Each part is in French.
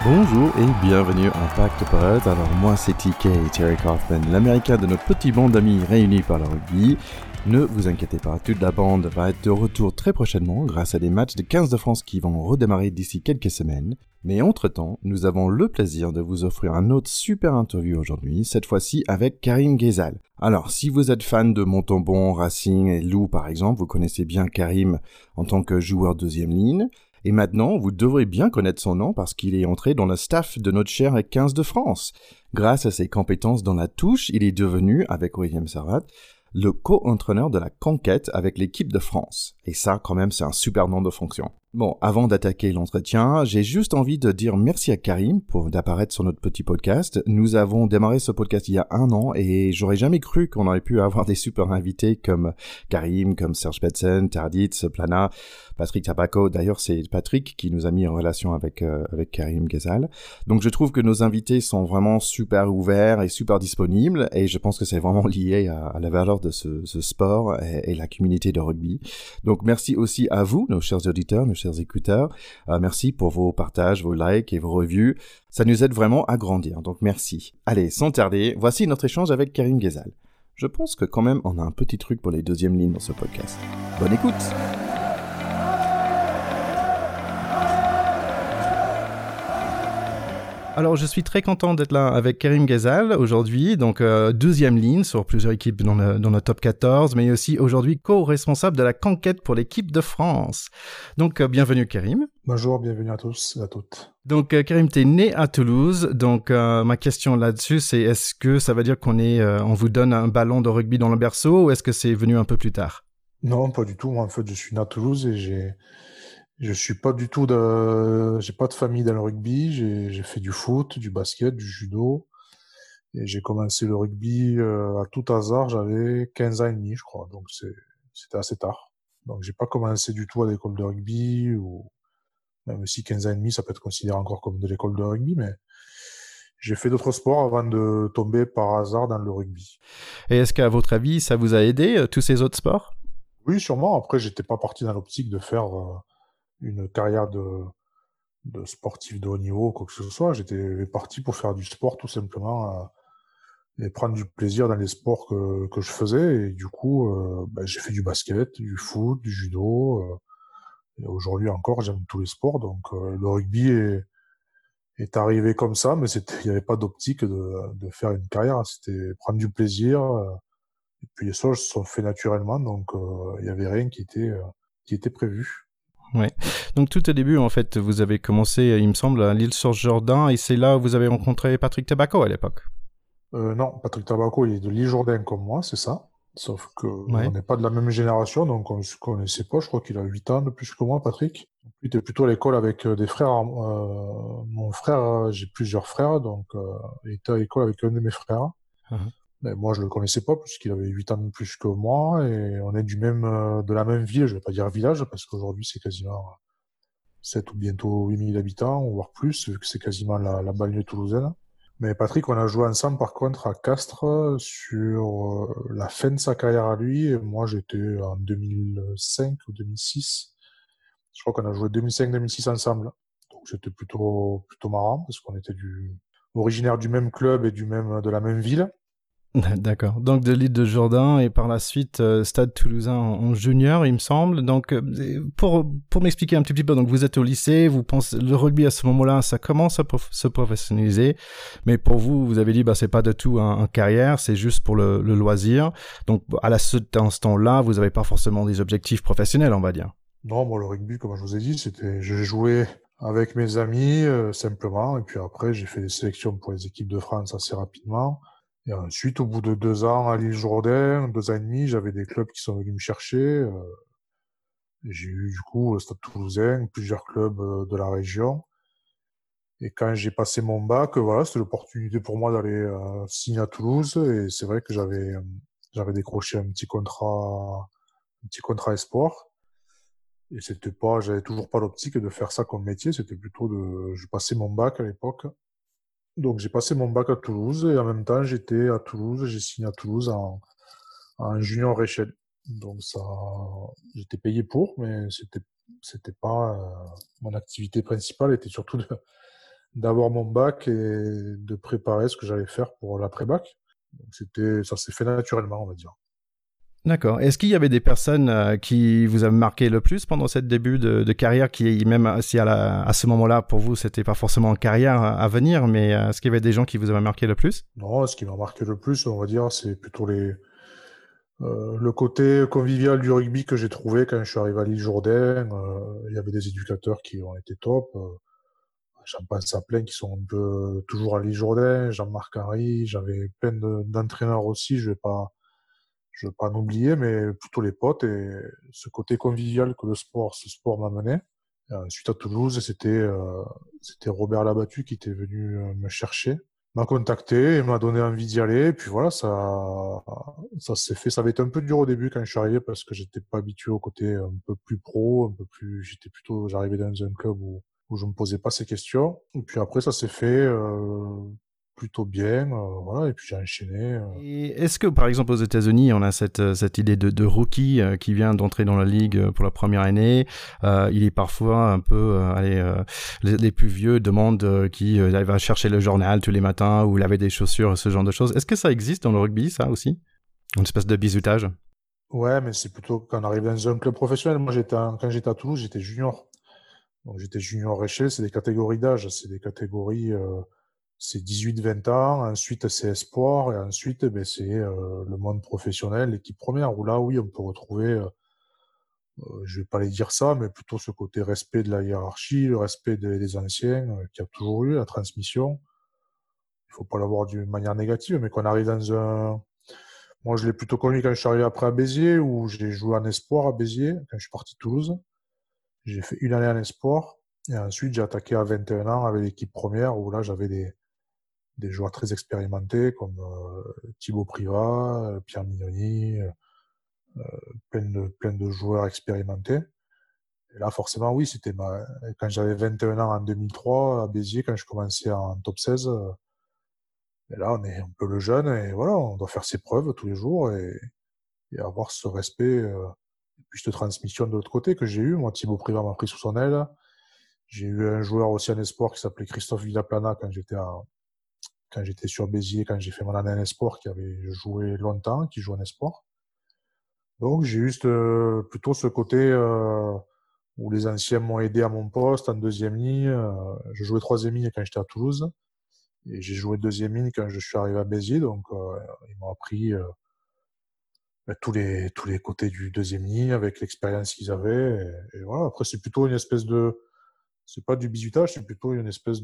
Bonjour et bienvenue à Impact Pod. Alors moi c'est TK, Terry Kaufman, l'américain de notre petit bande d'amis réunis par le rugby. Ne vous inquiétez pas, toute la bande va être de retour très prochainement grâce à des matchs de 15 de France qui vont redémarrer d'ici quelques semaines. Mais entre-temps, nous avons le plaisir de vous offrir un autre super interview aujourd'hui, cette fois-ci avec Karim Ghezal. Alors, si vous êtes fan de Montauban, Racing et Loup par exemple, vous connaissez bien Karim en tant que joueur deuxième ligne. Et maintenant, vous devrez bien connaître son nom parce qu'il est entré dans le staff de notre cher 15 de France. Grâce à ses compétences dans la touche, il est devenu, avec William Servat, le co-entraîneur de la conquête avec l'équipe de France. Et ça, quand même, c'est un super nom de fonction. Bon, avant d'attaquer l'entretien, j'ai juste envie de dire merci à Karim d'apparaître sur notre petit podcast. Nous avons démarré ce podcast il y a 1 an et j'aurais jamais cru qu'on aurait pu avoir des super invités comme Karim, comme Serge Petsen, Tarditz, Plana, Patrick Tabaco. D'ailleurs, c'est Patrick qui nous a mis en relation avec Karim Ghezal. Donc, je trouve que nos invités sont vraiment super ouverts et super disponibles et je pense que c'est vraiment lié à la valeur de ce sport et la communauté de rugby. Donc, merci aussi à vous, nos chers auditeurs, nos chers écouteurs. Merci pour vos partages, vos likes et vos reviews. Ça nous aide vraiment à grandir, donc merci. Allez, sans tarder, voici notre échange avec Karim Ghezal. Je pense que quand même, on a un petit truc pour les deuxièmes lignes dans ce podcast. Bonne écoute! Alors, je suis très content d'être là avec Karim Ghezal aujourd'hui, donc deuxième ligne sur plusieurs équipes dans le top 14, mais aussi aujourd'hui co-responsable de la conquête pour l'équipe de France. Donc, bienvenue Karim. Bonjour, bienvenue à tous et à toutes. Donc, Karim, t'es né à Toulouse, donc ma question là-dessus, c'est est-ce que ça veut dire on vous donne un ballon de rugby dans le berceau ou est-ce que c'est venu un peu plus tard? Non, pas du tout. Moi, en fait, je suis né à Toulouse et je suis pas du tout j'ai pas de famille dans le rugby. J'ai fait du foot, du basket, du judo. Et j'ai commencé le rugby à tout hasard. J'avais 15 ans et demi, je crois. Donc, c'était assez tard. Donc, j'ai pas commencé du tout à l'école de rugby ou même si 15 ans et demi, ça peut être considéré encore comme de l'école de rugby, mais j'ai fait d'autres sports avant de tomber par hasard dans le rugby. Et est-ce qu'à votre avis, ça vous a aidé, tous ces autres sports? Oui, sûrement. Après, j'étais pas parti dans l'optique de faire une carrière de sportif de haut niveau, quoi que ce soit. J'étais parti pour faire du sport, tout simplement, et prendre du plaisir dans les sports que je faisais. Et du coup, j'ai fait du basket, du foot, du judo. Et aujourd'hui encore, j'aime tous les sports. Donc, le rugby est arrivé comme ça, mais il n'y avait pas d'optique de faire une carrière. C'était prendre du plaisir. Et puis les choses se sont fait naturellement. Donc, il n'y avait rien qui était prévu. Ouais. Donc tout au début, en fait, vous avez commencé, il me semble, à l'Île-sur-Jourdain, et c'est là où vous avez rencontré Patrick Tabaco à l'époque. Non, Patrick Tabaco, il est de l'île Jourdain comme moi, c'est ça. Sauf que Ouais. on n'est pas de la même génération, donc on ne se connaissait pas. Je crois qu'il a 8 ans de plus que moi, Patrick. Il était plutôt à l'école avec des frères. Mon frère, j'ai plusieurs frères, donc il était à l'école avec un de mes frères. Uh-huh. Mais moi, je le connaissais pas puisqu'il avait 8 ans de plus que moi et on est de la même ville. Je vais pas dire village parce qu'aujourd'hui c'est quasiment 7 ou bientôt 8 000 habitants, voire plus, vu que c'est quasiment la banlieue toulousaine. Mais Patrick, on a joué ensemble par contre à Castres sur la fin de sa carrière à lui. Et moi, j'étais en 2005 ou 2006. Je crois qu'on a joué 2005-2006 ensemble. Donc c'était plutôt marrant parce qu'on était originaire du même club et de la même ville. D'accord. Donc de l'île de Jourdain et par la suite Stade Toulousain en junior, il me semble. Donc pour m'expliquer un petit peu, donc vous êtes au lycée, vous pensez le rugby à ce moment-là, ça commence à se professionnaliser, mais pour vous, vous avez dit c'est pas du tout un carrière, c'est juste pour le loisir. Donc à ce instant-là, vous avez pas forcément des objectifs professionnels, on va dire. Non, moi le rugby, comme je vous ai dit, je jouais avec mes amis simplement, et puis après j'ai fait des sélections pour les équipes de France assez rapidement. Et ensuite, au bout de 2 ans à l'île Jourdain, 2 ans et demi, j'avais des clubs qui sont venus me chercher. J'ai eu du coup le Stade Toulousain, plusieurs clubs de la région. Et quand j'ai passé mon bac, voilà, c'était l'opportunité pour moi d'aller signer à Toulouse. Et c'est vrai que j'avais décroché un petit contrat espoir. Et j'avais toujours pas l'optique de faire ça comme métier. C'était plutôt je passais mon bac à l'époque. Donc j'ai passé mon bac à Toulouse et en même temps j'étais à Toulouse, j'ai signé à Toulouse en junior échelle. Donc ça, j'étais payé pour, mais c'était pas mon activité principale était surtout d'avoir mon bac et de préparer ce que j'allais faire pour l'après-bac. Donc ça s'est fait naturellement, on va dire. D'accord. Est-ce qu'il y avait des personnes qui vous avaient marqué le plus pendant cette début de carrière, qui même si à ce moment-là pour vous c'était pas forcément une carrière à venir, mais est-ce qu'il y avait des gens qui vous avaient marqué le plus? Non, ce qui m'a marqué le plus, on va dire, c'est plutôt le côté convivial du rugby que j'ai trouvé quand je suis arrivé à l'île Jourdain. Il y avait des éducateurs qui ont été top. J'en pense à plein qui sont un peu toujours à l'île Jourdain, Jean-Marc Henry. J'avais plein d'entraîneurs aussi. Je vais pas en oublier, mais plutôt les potes et ce côté convivial que ce sport m'a mené. Ensuite à Toulouse, c'était Robert Labattu qui était venu me chercher, m'a contacté et m'a donné envie d'y aller. Et puis voilà, ça s'est fait. Ça avait été un peu dur au début quand je suis arrivé parce que j'étais pas habitué au côté un peu plus pro, un peu plus. J'arrivais dans un club où je me posais pas ces questions. Et puis après, ça s'est fait plutôt bien, voilà. Et puis j'ai enchaîné. Et est-ce que, par exemple, aux États-Unis, on a cette idée de rookie qui vient d'entrer dans la ligue pour la première année. Il est parfois un peu, les plus vieux demandent qui va chercher le journal tous les matins ou laver des chaussures, ce genre de choses. Est-ce que ça existe dans le rugby, ça aussi? Une espèce de bizutage? Ouais, mais c'est plutôt quand on arrive dans un club professionnel. Moi, quand j'étais à Toulouse, j'étais junior. Donc j'étais junior échelle, c'est des catégories d'âge, c'est des catégories, c'est 18-20 ans, ensuite c'est espoir, et ensuite c'est le monde professionnel, l'équipe première, où là oui on peut retrouver, je vais pas les dire ça, mais plutôt ce côté respect de la hiérarchie, le respect des anciens, qu'il y a toujours eu, la transmission. Il faut pas l'avoir d'une manière négative, mais qu'on arrive dans un... Moi je l'ai plutôt connu quand je suis arrivé après à Béziers, où j'ai joué en espoir à Béziers, quand je suis parti de Toulouse. J'ai fait une année en espoir. Et ensuite, j'ai attaqué à 21 ans avec l'équipe première où là, j'avais des joueurs très expérimentés comme Thibaut Privat, Pierre Mignoni, plein de joueurs expérimentés. Et là, forcément, oui, quand j'avais 21 ans en 2003 à Béziers, quand je commençais en top 16. Et là, on est un peu le jeune et voilà, on doit faire ses preuves tous les jours et avoir ce respect et puis cette transmission de l'autre côté que j'ai eu. Moi, Thibaut Privat m'a pris sous son aile. J'ai eu un joueur aussi en espoir qui s'appelait Christophe Villaplana quand j'étais sur Béziers, quand j'ai fait mon année en espoir, qui avait joué longtemps, qui joue en espoir. Donc j'ai eu plutôt ce côté où les anciens m'ont aidé à mon poste en deuxième ligne. Je jouais troisième ligne quand j'étais à Toulouse et j'ai joué deuxième ligne quand je suis arrivé à Béziers. Donc ils m'ont appris tous les côtés du deuxième ligne avec l'expérience qu'ils avaient. Et voilà. Après c'est plutôt une espèce de c'est pas du bizutage, c'est plutôt une espèce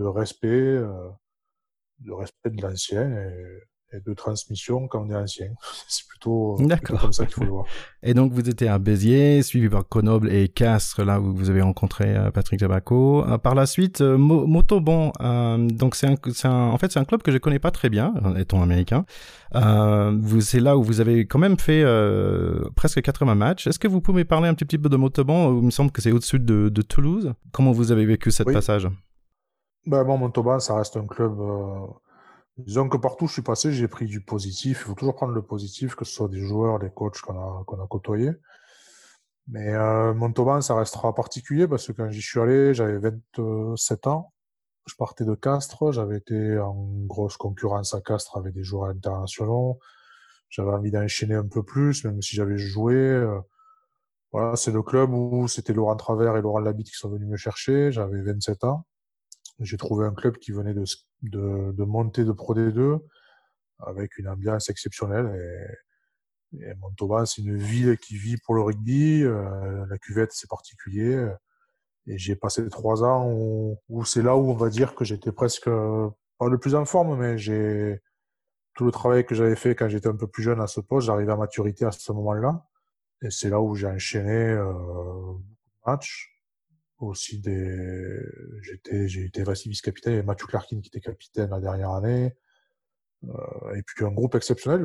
de respect de l'ancien et de transmission quand on est ancien. C'est plutôt D'accord. comme ça qu'il faut le voir. Et donc, vous étiez à Béziers, suivi par Grenoble et Castres, là où vous avez rencontré Patrick Tabaco. Par la suite, Montauban. Donc, en fait, c'est un club que je connais pas très bien, étant américain. C'est là où vous avez quand même fait presque 80 matchs. Est-ce que vous pouvez parler un petit peu de Montauban? Il me semble que c'est au-dessus de Toulouse. Comment vous avez vécu cette Oui, passage? ben bon, Montauban, ça reste un club. Disons que partout où je suis passé, j'ai pris du positif. Il faut toujours prendre le positif, que ce soit des joueurs, des coachs qu'on a côtoyés. Mais Montauban, ça restera particulier parce que quand j'y suis allé, j'avais 27 ans. Je partais de Castres. J'avais été en grosse concurrence à Castres avec des joueurs internationaux. J'avais envie d'enchaîner un peu plus, même si j'avais joué. Voilà, c'est le club où c'était Laurent Travers et Laurent Labitte qui sont venus me chercher. J'avais 27 ans. J'ai trouvé un club qui venait de monter de Pro D2 avec une ambiance exceptionnelle. Et Montauban, c'est une ville qui vit pour le rugby. La cuvette, c'est particulier. Et j'ai passé 3 ans où c'est là où on va dire que j'étais presque pas le plus en forme, mais j'ai tout le travail que j'avais fait quand j'étais un peu plus jeune à ce poste, j'arrivais à maturité à ce moment-là. Et c'est là où j'ai enchaîné beaucoup de matchs. Aussi j'ai été vice-capitaine. Il y avait Mathieu Clarkin qui était capitaine la dernière année. Et puis un groupe exceptionnel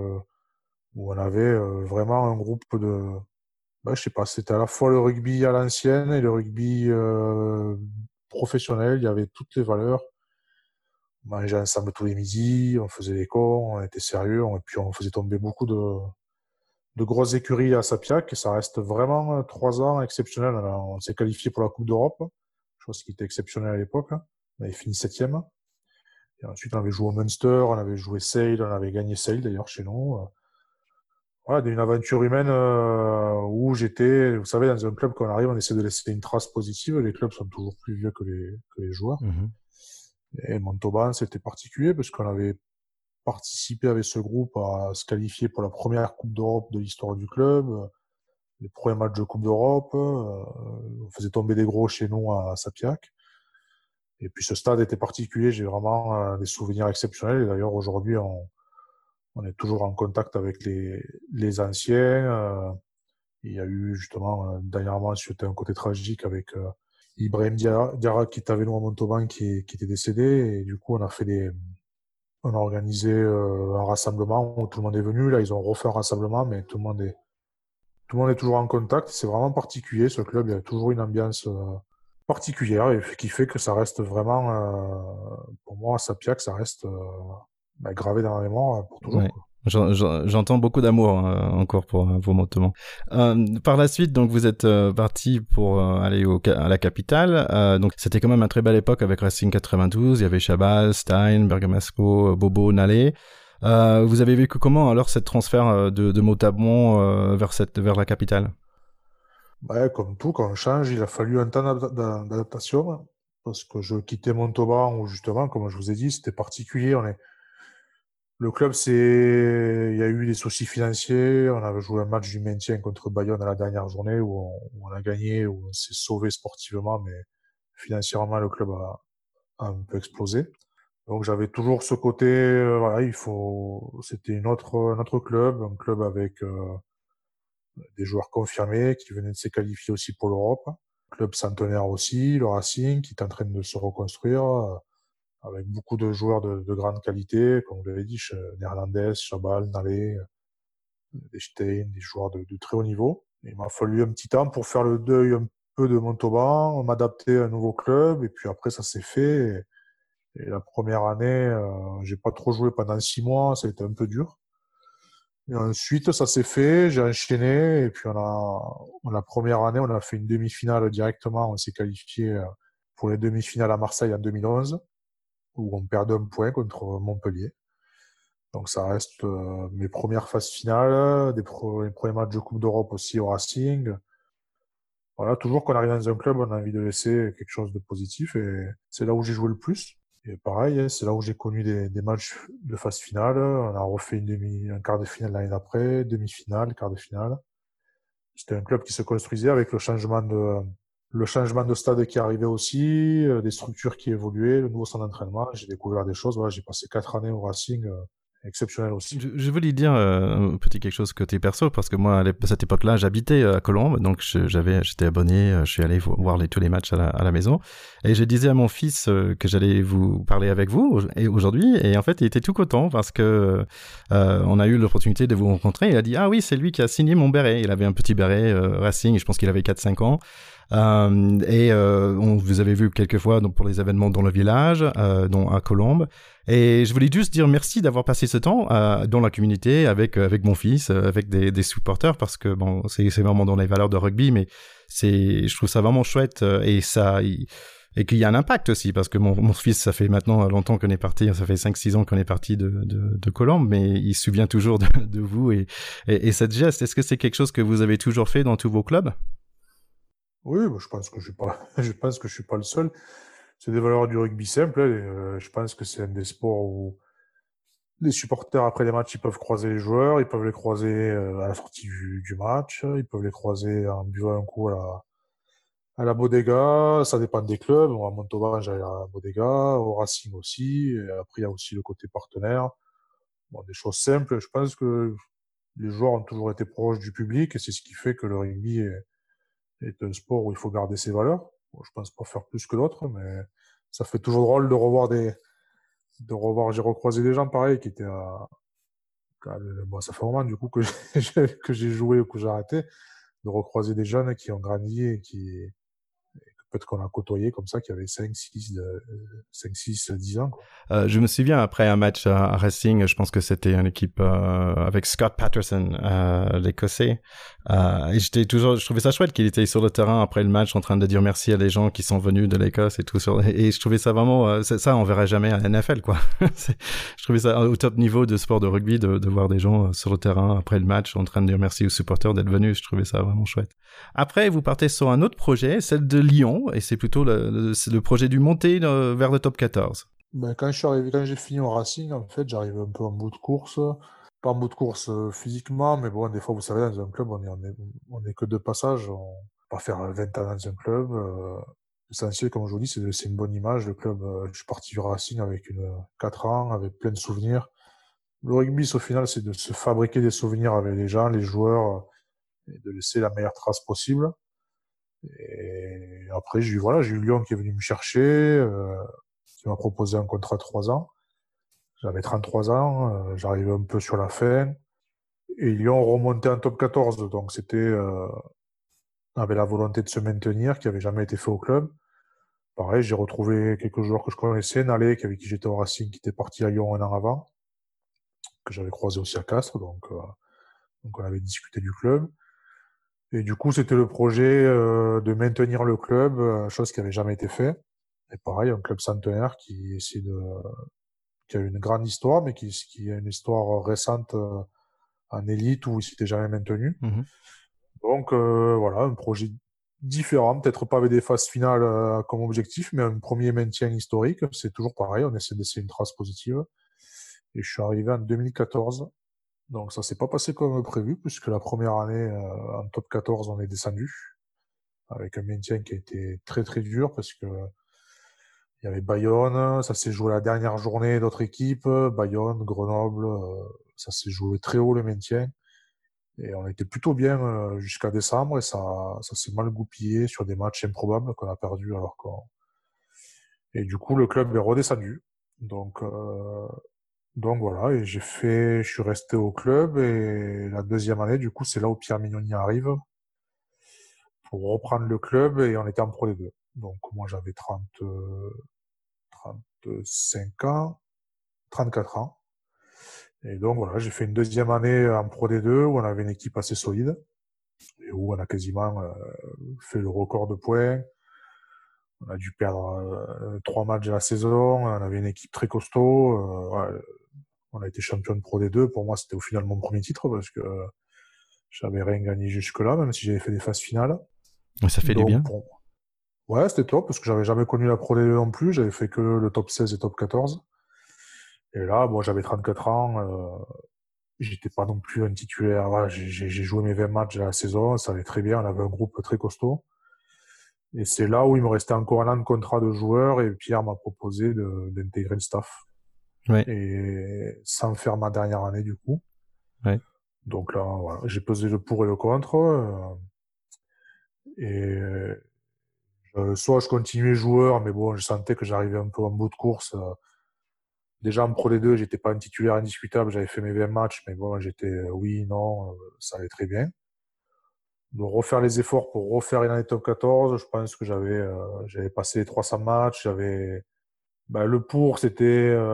où on avait vraiment un groupe je sais pas, c'était à la fois le rugby à l'ancienne et le rugby professionnel. Il y avait toutes les valeurs. On mangeait ensemble tous les midis, on faisait les cons, on était sérieux, et puis on faisait tomber beaucoup de grosses écuries à Sapiac. Et ça reste vraiment 3 ans exceptionnels. Alors, on s'est qualifié pour la Coupe d'Europe, chose qui était exceptionnelle à l'époque. On avait fini 7e. Et ensuite, on avait joué au Munster, on avait joué Sale, on avait gagné Sale d'ailleurs chez nous. Voilà, une aventure humaine où j'étais, vous savez, dans un club, quand on arrive, on essaie de laisser une trace positive. Les clubs sont toujours plus vieux que les joueurs. Mhm. Et Montauban, c'était particulier parce qu'on avait participé avec ce groupe à se qualifier pour la première Coupe d'Europe de l'histoire du club, les premiers matchs de Coupe d'Europe. On faisait tomber des gros chez nous à Sapiac. Et puis ce stade était particulier, j'ai vraiment des souvenirs exceptionnels. Et d'ailleurs, aujourd'hui, on est toujours en contact avec les anciens. Il y a eu justement, dernièrement, c'était un côté tragique avec Ibrahim Diarra qui était avec nous à Montauban qui était décédé. Et du coup, on a organisé un rassemblement où tout le monde est venu. Là, ils ont refait un rassemblement, mais tout le monde est toujours en contact. C'est vraiment particulier. Ce club, il y a toujours une ambiance particulière et qui fait que ça reste vraiment, pour moi, Sapiac, ça reste gravé dans la mémoire pour toujours, Ouais. quoi. J'entends beaucoup d'amour encore pour Montauban. Par la suite, donc vous êtes parti pour aller à la capitale. Donc c'était quand même une très belle époque avec Racing 92. Il y avait Chabal, Stein, Bergamasco, Bobo, Nalé. Vous avez vécu comment alors cette transfert de Montauban vers la capitale? Ouais, comme tout, quand on change, il a fallu un temps d'adaptation parce que je quittais Montauban où justement, comme je vous ai dit, c'était particulier. Le club, il y a eu des soucis financiers. On avait joué un match du maintien contre Bayonne à la dernière journée où on a gagné, où on s'est sauvé sportivement, mais financièrement, le club a un peu explosé. Donc j'avais toujours ce côté, voilà, c'était un autre club, un club avec des joueurs confirmés qui venaient de se qualifier aussi pour l'Europe. Club centenaire aussi, le Racing, qui est en train de se reconstruire, avec beaucoup de joueurs de grande qualité, comme vous l'avez dit, Hernandez, Chabal, Nalé, des Stein, des joueurs de très haut niveau. Et il m'a fallu un petit temps pour faire le deuil un peu de Montauban, m'adapter à un nouveau club, et puis après ça s'est fait. Et la première année, j'ai pas trop joué pendant 6 mois, ça a été un peu dur. Et ensuite, ça s'est fait, j'ai enchaîné, et puis la première année, on a fait une demi-finale directement, on s'est qualifié pour les demi-finales à Marseille en 2011, où on perdait un point contre Montpellier. Donc ça reste mes premières phases finales, les premiers matchs de Coupe d'Europe aussi au Racing. Voilà, toujours quand on arrive dans un club, on a envie de laisser quelque chose de positif, et c'est là où j'ai joué le plus. Et pareil, hein, c'est là où j'ai connu des matchs de phase finale. On a refait un quart de finale l'année d'après, demi-finale, quart de finale. C'était un club qui se construisait avec le changement de stade qui arrivait aussi, des structures qui évoluaient, le nouveau centre d'entraînement. J'ai découvert des choses. Voilà, j'ai passé 4 années au Racing, exceptionnel aussi. Je voulais dire un petit quelque chose côté perso parce que moi à cette époque-là j'habitais à Colombes donc j'étais abonné, je suis allé voir tous les matchs à la maison et je disais à mon fils que j'allais vous parler avec vous aujourd'hui et en fait il était tout content parce que on a eu l'opportunité de vous rencontrer. Il a dit ah oui c'est lui qui a signé mon béret. Il avait un petit béret Racing, je pense qu'il avait 4-5 ans. On vous avez vu quelques fois donc pour les événements dans le village, dont à Colombes. Et je voulais juste dire merci d'avoir passé ce temps dans la communauté avec mon fils, avec des supporters parce que bon c'est vraiment dans les valeurs de rugby, mais je trouve ça vraiment chouette et qu'il y a un impact aussi parce que mon fils ça fait maintenant longtemps qu'on est parti, ça fait 5-6 ans qu'on est parti de Colombes, mais il se souvient toujours de vous et cette geste. Est-ce que c'est quelque chose que vous avez toujours fait dans tous vos clubs? Oui, bah, je pense que je suis pas, je pense que je suis pas le seul. C'est des valeurs du rugby simple, hein, et, je pense que c'est un des sports où les supporters, après les matchs, ils peuvent croiser les joueurs, ils peuvent les croiser à la sortie du match, ils peuvent les croiser en buvant un coup à la bodega. Ça dépend des clubs. Moi, à Montauban, j'allais à la bodega, au Racing aussi. Et après, il y a aussi le côté partenaire. Bon, des choses simples. Je pense que les joueurs ont toujours été proches du public et c'est ce qui fait que le rugby est un sport où il faut garder ses valeurs. Bon, je pense pas faire plus que d'autres, mais ça fait toujours drôle j'ai recroisé des gens pareils qui étaient bon, ça fait un moment du coup que que j'ai joué ou que j'ai arrêté, de recroiser des jeunes qui ont grandi et que peut-être qu'on a côtoyé comme ça, qui avait 10 ans, quoi. Je me souviens après un match à Racing, je pense que c'était une équipe avec Scott Patterson, l'Écossais. Et je trouvais ça chouette qu'il était sur le terrain après le match en train de dire merci à les gens qui sont venus de l'Écosse et tout. Et je trouvais ça vraiment, ça on verrait jamais à la NFL, quoi. Je trouvais ça au top niveau de sport de rugby de voir des gens sur le terrain après le match en train de dire merci aux supporters d'être venus. Je trouvais ça vraiment chouette. Après, vous partez sur un autre projet, celle de Lyon, et c'est plutôt c'est le projet du montée vers le top 14. Ben, quand j'ai fini au Racing, en fait, j'arrive un peu en bout de course. Pas en bout de course physiquement, mais bon, des fois, vous savez, dans un club, on est que de passage. On va pas faire 20 ans dans un club. L'essentiel, comme je vous dis, c'est une bonne image. Le club, je suis parti du Racing avec 4 ans, avec plein de souvenirs. Le rugby, au final, c'est de se fabriquer des souvenirs avec les gens, les joueurs, et de laisser la meilleure trace possible. Et après, j'ai eu Lyon qui est venu me chercher, qui m'a proposé un contrat de 3 ans. J'avais 33 ans, j'arrivais un peu sur la fin. Et Lyon remontait en top 14, donc avait la volonté de se maintenir, qui avait jamais été fait au club. Pareil, j'ai retrouvé quelques joueurs que je connaissais, Nalek, avec qui j'étais au Racing, qui était parti à Lyon un an avant, que j'avais croisé aussi à Castres, donc on avait discuté du club. Et du coup, c'était le projet de maintenir le club, chose qui avait jamais été fait. Et pareil, un club centenaire qui a une grande histoire, mais qui a une histoire récente en élite où il s'était jamais maintenu. Mm-hmm. Donc voilà, un projet différent, peut-être pas avec des phases finales comme objectif, mais un premier maintien historique. C'est toujours pareil, on essaie de laisser une trace positive. Et je suis arrivé en 2014. Donc ça s'est pas passé comme prévu, puisque la première année en top 14, on est descendu, avec un maintien qui a été très très dur, parce que il y avait Bayonne, ça s'est joué la dernière journée d'autres équipes, Bayonne, Grenoble, ça s'est joué très haut le maintien. Et on était plutôt bien jusqu'à décembre, et ça s'est mal goupillé sur des matchs improbables qu'on a perdus alors qu'on... Et du coup, le club est redescendu. Donc voilà, et je suis resté au club, et la deuxième année, du coup, c'est là où Pierre Mignoni arrive pour reprendre le club, et on était en Pro D2. Donc moi, j'avais 35 ans, 34 ans. Et donc voilà, j'ai fait une deuxième année en Pro D2 où on avait une équipe assez solide et où on a quasiment fait le record de points. On a dû perdre 3 matchs de la saison. On avait une équipe très costaud. Ouais, on a été champion de Pro D2. Pour moi, c'était au final mon premier titre parce que j'avais rien gagné jusque-là, même si j'avais fait des phases finales. Ça fait du Donc, bien. ouais, c'était top parce que j'avais jamais connu la Pro D2 non plus. J'avais fait que le top 16 et top 14. Et là, bon, j'avais 34 ans. J'étais pas non plus un titulaire. Voilà, j'ai joué mes 20 matchs de la saison. Ça allait très bien. On avait un groupe très costaud. Et c'est là où il me restait encore un an de contrat de joueur, et Pierre m'a proposé d'intégrer le staff. Ouais. Et sans faire ma dernière année, du coup. Ouais. Donc là, voilà, j'ai pesé le pour et le contre. Soit je continuais joueur, mais bon, je sentais que j'arrivais un peu en bout de course. Déjà en Pro D2, j'étais pas un titulaire indiscutable. J'avais fait mes 20 matchs, mais bon, j'étais oui, non, ça allait très bien. De refaire les efforts pour refaire une année top 14, je pense que j'avais passé les 300 matchs. Le pour, c'était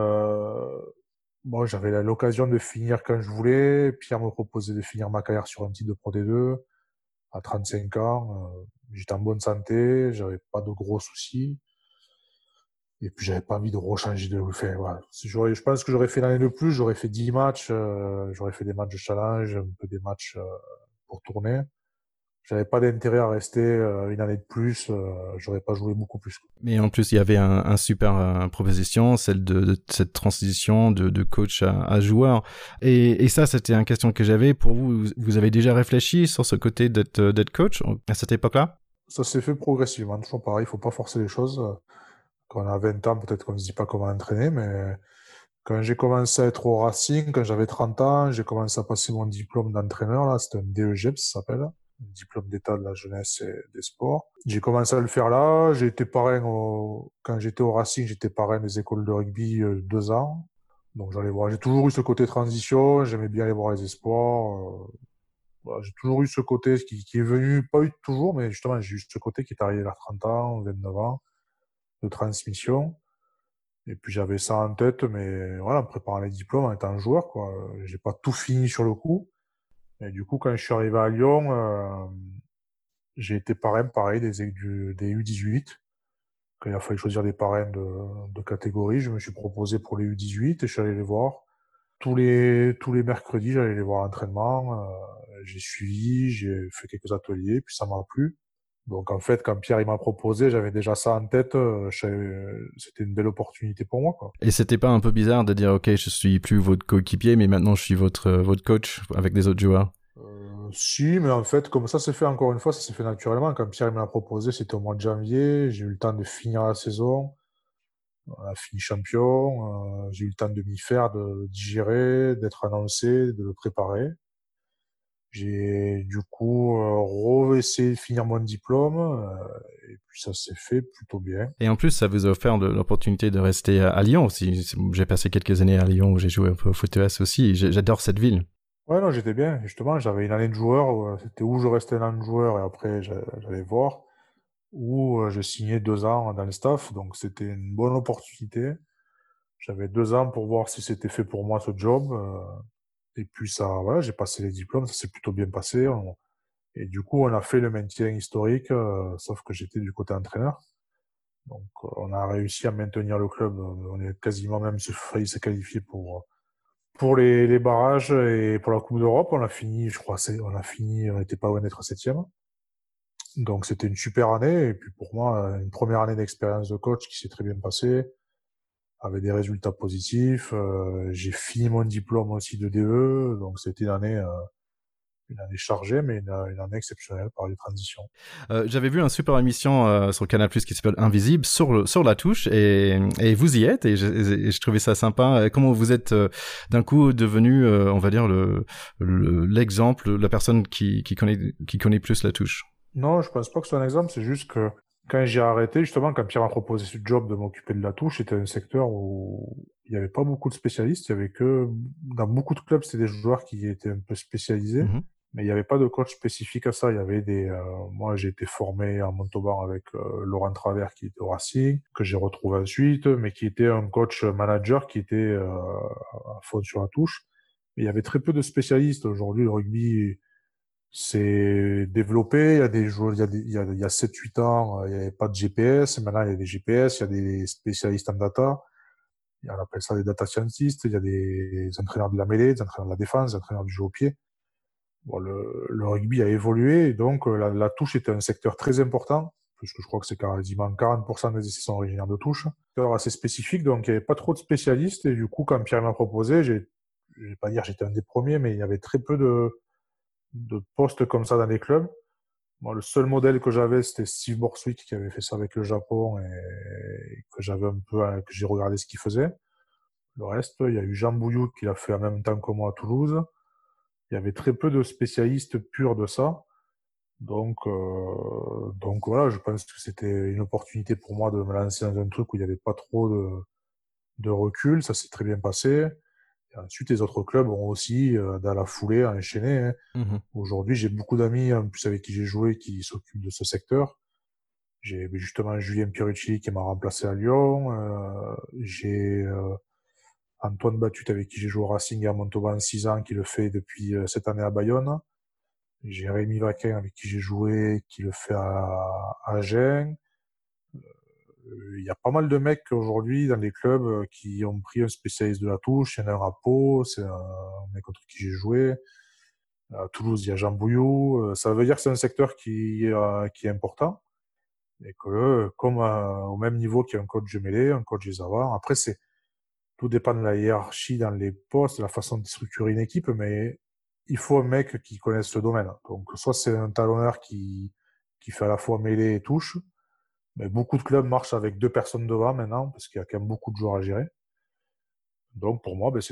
bon, j'avais l'occasion de finir quand je voulais. Pierre me proposait de finir ma carrière sur un titre de Pro D2 à 35 ans. J'étais en bonne santé, j'avais pas de gros soucis. Et puis j'avais pas envie de rechanger de... Enfin, voilà. Je pense que j'aurais fait l'année de plus, j'aurais fait 10 matchs, j'aurais fait des matchs de challenge, un peu des matchs pour tourner. J'avais pas d'intérêt à rester une année de plus, j'aurais pas joué beaucoup plus. Mais en plus, il y avait un super proposition, celle de cette transition de coach à joueur. Et ça, c'était une question que j'avais. Pour vous, vous avez déjà réfléchi sur ce côté d'être coach à cette époque-là? Ça s'est fait progressivement, toujours pareil, il faut pas forcer les choses. Quand on a 20 ans, peut-être qu'on ne se dit pas comment entraîner, mais quand j'ai commencé à être au Racing, quand j'avais 30 ans, j'ai commencé à passer mon diplôme d'entraîneur, là, c'était un DEGEP, ça s'appelle, un diplôme d'état de la jeunesse et des sports. J'ai commencé à le faire là, j'ai été parrain quand j'étais au Racing, j'étais parrain des écoles de rugby 2 ans. Donc j'allais voir, j'ai toujours eu ce côté transition, j'aimais bien aller voir les espoirs. Voilà, j'ai toujours eu ce côté qui est venu, pas eu toujours, mais justement, j'ai eu ce côté qui est arrivé vers 30 ans, 29 ans, de transmission. Et puis j'avais ça en tête, mais voilà, en préparant les diplômes, en étant joueur, quoi. J'ai pas tout fini sur le coup. Et du coup, quand je suis arrivé à Lyon, j'ai été parrain, pareil, des U18. Quand il a fallu choisir des parrains de catégorie, je me suis proposé pour les U18 et je suis allé les voir. Tous les mercredis, j'allais les voir à l'entraînement. J'ai suivi, j'ai fait quelques ateliers, puis ça m'a plu. Donc en fait, quand Pierre il m'a proposé, j'avais déjà ça en tête. C'était une belle opportunité pour moi, quoi. Et c'était pas un peu bizarre de dire, ok, je suis plus votre coéquipier, mais maintenant je suis votre coach avec des autres joueurs? Si, mais en fait, comme ça s'est fait encore une fois, ça s'est fait naturellement. Quand Pierre il me l'a proposé, c'était au mois de janvier. J'ai eu le temps de finir la saison. On a fini champion. J'ai eu le temps de m'y faire, de digérer, d'être annoncé, de le préparer. J'ai du coup essayé de finir mon diplôme et puis ça s'est fait plutôt bien. Et en plus, ça vous a offert l'opportunité de rester à Lyon aussi. J'ai passé quelques années à Lyon où j'ai joué un peu au foot ES aussi. J'adore cette ville. Ouais, non, j'étais bien. Justement, j'avais une année de joueur. C'était où je restais un an de joueur et après j'allais voir. Ou je signais 2 ans dans le staff. Donc c'était une bonne opportunité. J'avais 2 ans pour voir si c'était fait pour moi ce job. Et puis ça, voilà, j'ai passé les diplômes. Ça s'est plutôt bien passé. Et du coup, on a fait le maintien historique, sauf que j'étais du côté entraîneur. Donc, on a réussi à maintenir le club. On est quasiment même failli se qualifier pour les barrages et pour la Coupe d'Europe. On a fini, je crois, on n'était pas loin d'être septième. Donc, c'était une super année. Et puis, pour moi, une première année d'expérience de coach qui s'est très bien passée, avec des résultats positifs. J'ai fini mon diplôme aussi de DE. Donc, c'était une année chargée, mais une année exceptionnelle par les transitions. J'avais vu un super émission sur Canal+ qui s'appelle Invisible sur la touche et vous y êtes et je trouvais ça sympa. Comment vous êtes d'un coup devenu, on va dire l'exemple, la personne qui connaît plus la touche. Non, je pense pas que ce soit un exemple. C'est juste que quand j'ai arrêté, justement, quand Pierre m'a proposé ce job de m'occuper de la touche, c'était un secteur où il n'y avait pas beaucoup de spécialistes. Il y avait que, dans beaucoup de clubs, c'était des joueurs qui étaient un peu spécialisés. Mhm. Mais il n'y avait pas de coach spécifique à ça. Il y avait moi, j'ai été formé en Montauban avec Laurent Travers qui était au Racing, que j'ai retrouvé ensuite, mais qui était un coach manager qui était à fond sur la touche. Mais il y avait très peu de spécialistes. Aujourd'hui, le rugby c'est développé. Il y a des joueurs, il y a 7-8 ans, il n'y avait pas de GPS. Maintenant, il y a des GPS, il y a des spécialistes en data. On appelle ça des data scientists. Il y a des entraîneurs de la mêlée, des entraîneurs de la défense, des entraîneurs du jeu au pied. Bon, le rugby a évolué et donc la touche était un secteur très important, puisque je crois que c'est quasiment 40% des essais sont originaires de touche. Un secteur assez spécifique, donc il n'y avait pas trop de spécialistes. Et du coup, quand Pierre m'a proposé, je vais pas dire j'étais un des premiers, mais il y avait très peu de postes comme ça dans les clubs. Moi, le seul modèle que j'avais, c'était Steve Borswick qui avait fait ça avec le Japon et que j'avais un peu, que j'ai regardé ce qu'il faisait. Le reste, il y a eu Jean Bouilloux qui l'a fait en même temps que moi à Toulouse. Il y avait très peu de spécialistes purs de ça. Donc voilà, je pense que c'était une opportunité pour moi de me lancer dans un truc où il n'y avait pas trop de recul. Ça s'est très bien passé. Et ensuite, les autres clubs ont aussi, dans la foulée, enchaîné, hein. Mhm. Aujourd'hui, j'ai beaucoup d'amis, en plus avec qui j'ai joué, qui s'occupent de ce secteur. J'ai justement Julien Pierucci qui m'a remplacé à Lyon. J'ai Antoine Batut avec qui j'ai joué au Racing et à Montauban 6 ans, qui le fait depuis cette année à Bayonne. J'ai Rémi Vaquin avec qui j'ai joué, qui le fait à Agen. Il y a pas mal de mecs aujourd'hui dans les clubs qui ont pris un spécialiste de la touche. Il y en a un à Pau, c'est un mec contre qui j'ai joué. À Toulouse, il y a Jean Bouillou. Ça veut dire que c'est un secteur qui est important et que, comme au même niveau qu'il y a un coach de mêlée, un coach des avants. Après, tout dépend de la hiérarchie dans les postes, de la façon de structurer une équipe, mais il faut un mec qui connaisse ce domaine. Donc, soit c'est un talonneur qui fait à la fois mêlée et touche, mais beaucoup de clubs marchent avec 2 personnes devant maintenant, parce qu'il y a quand même beaucoup de joueurs à gérer. Donc, pour moi, ben,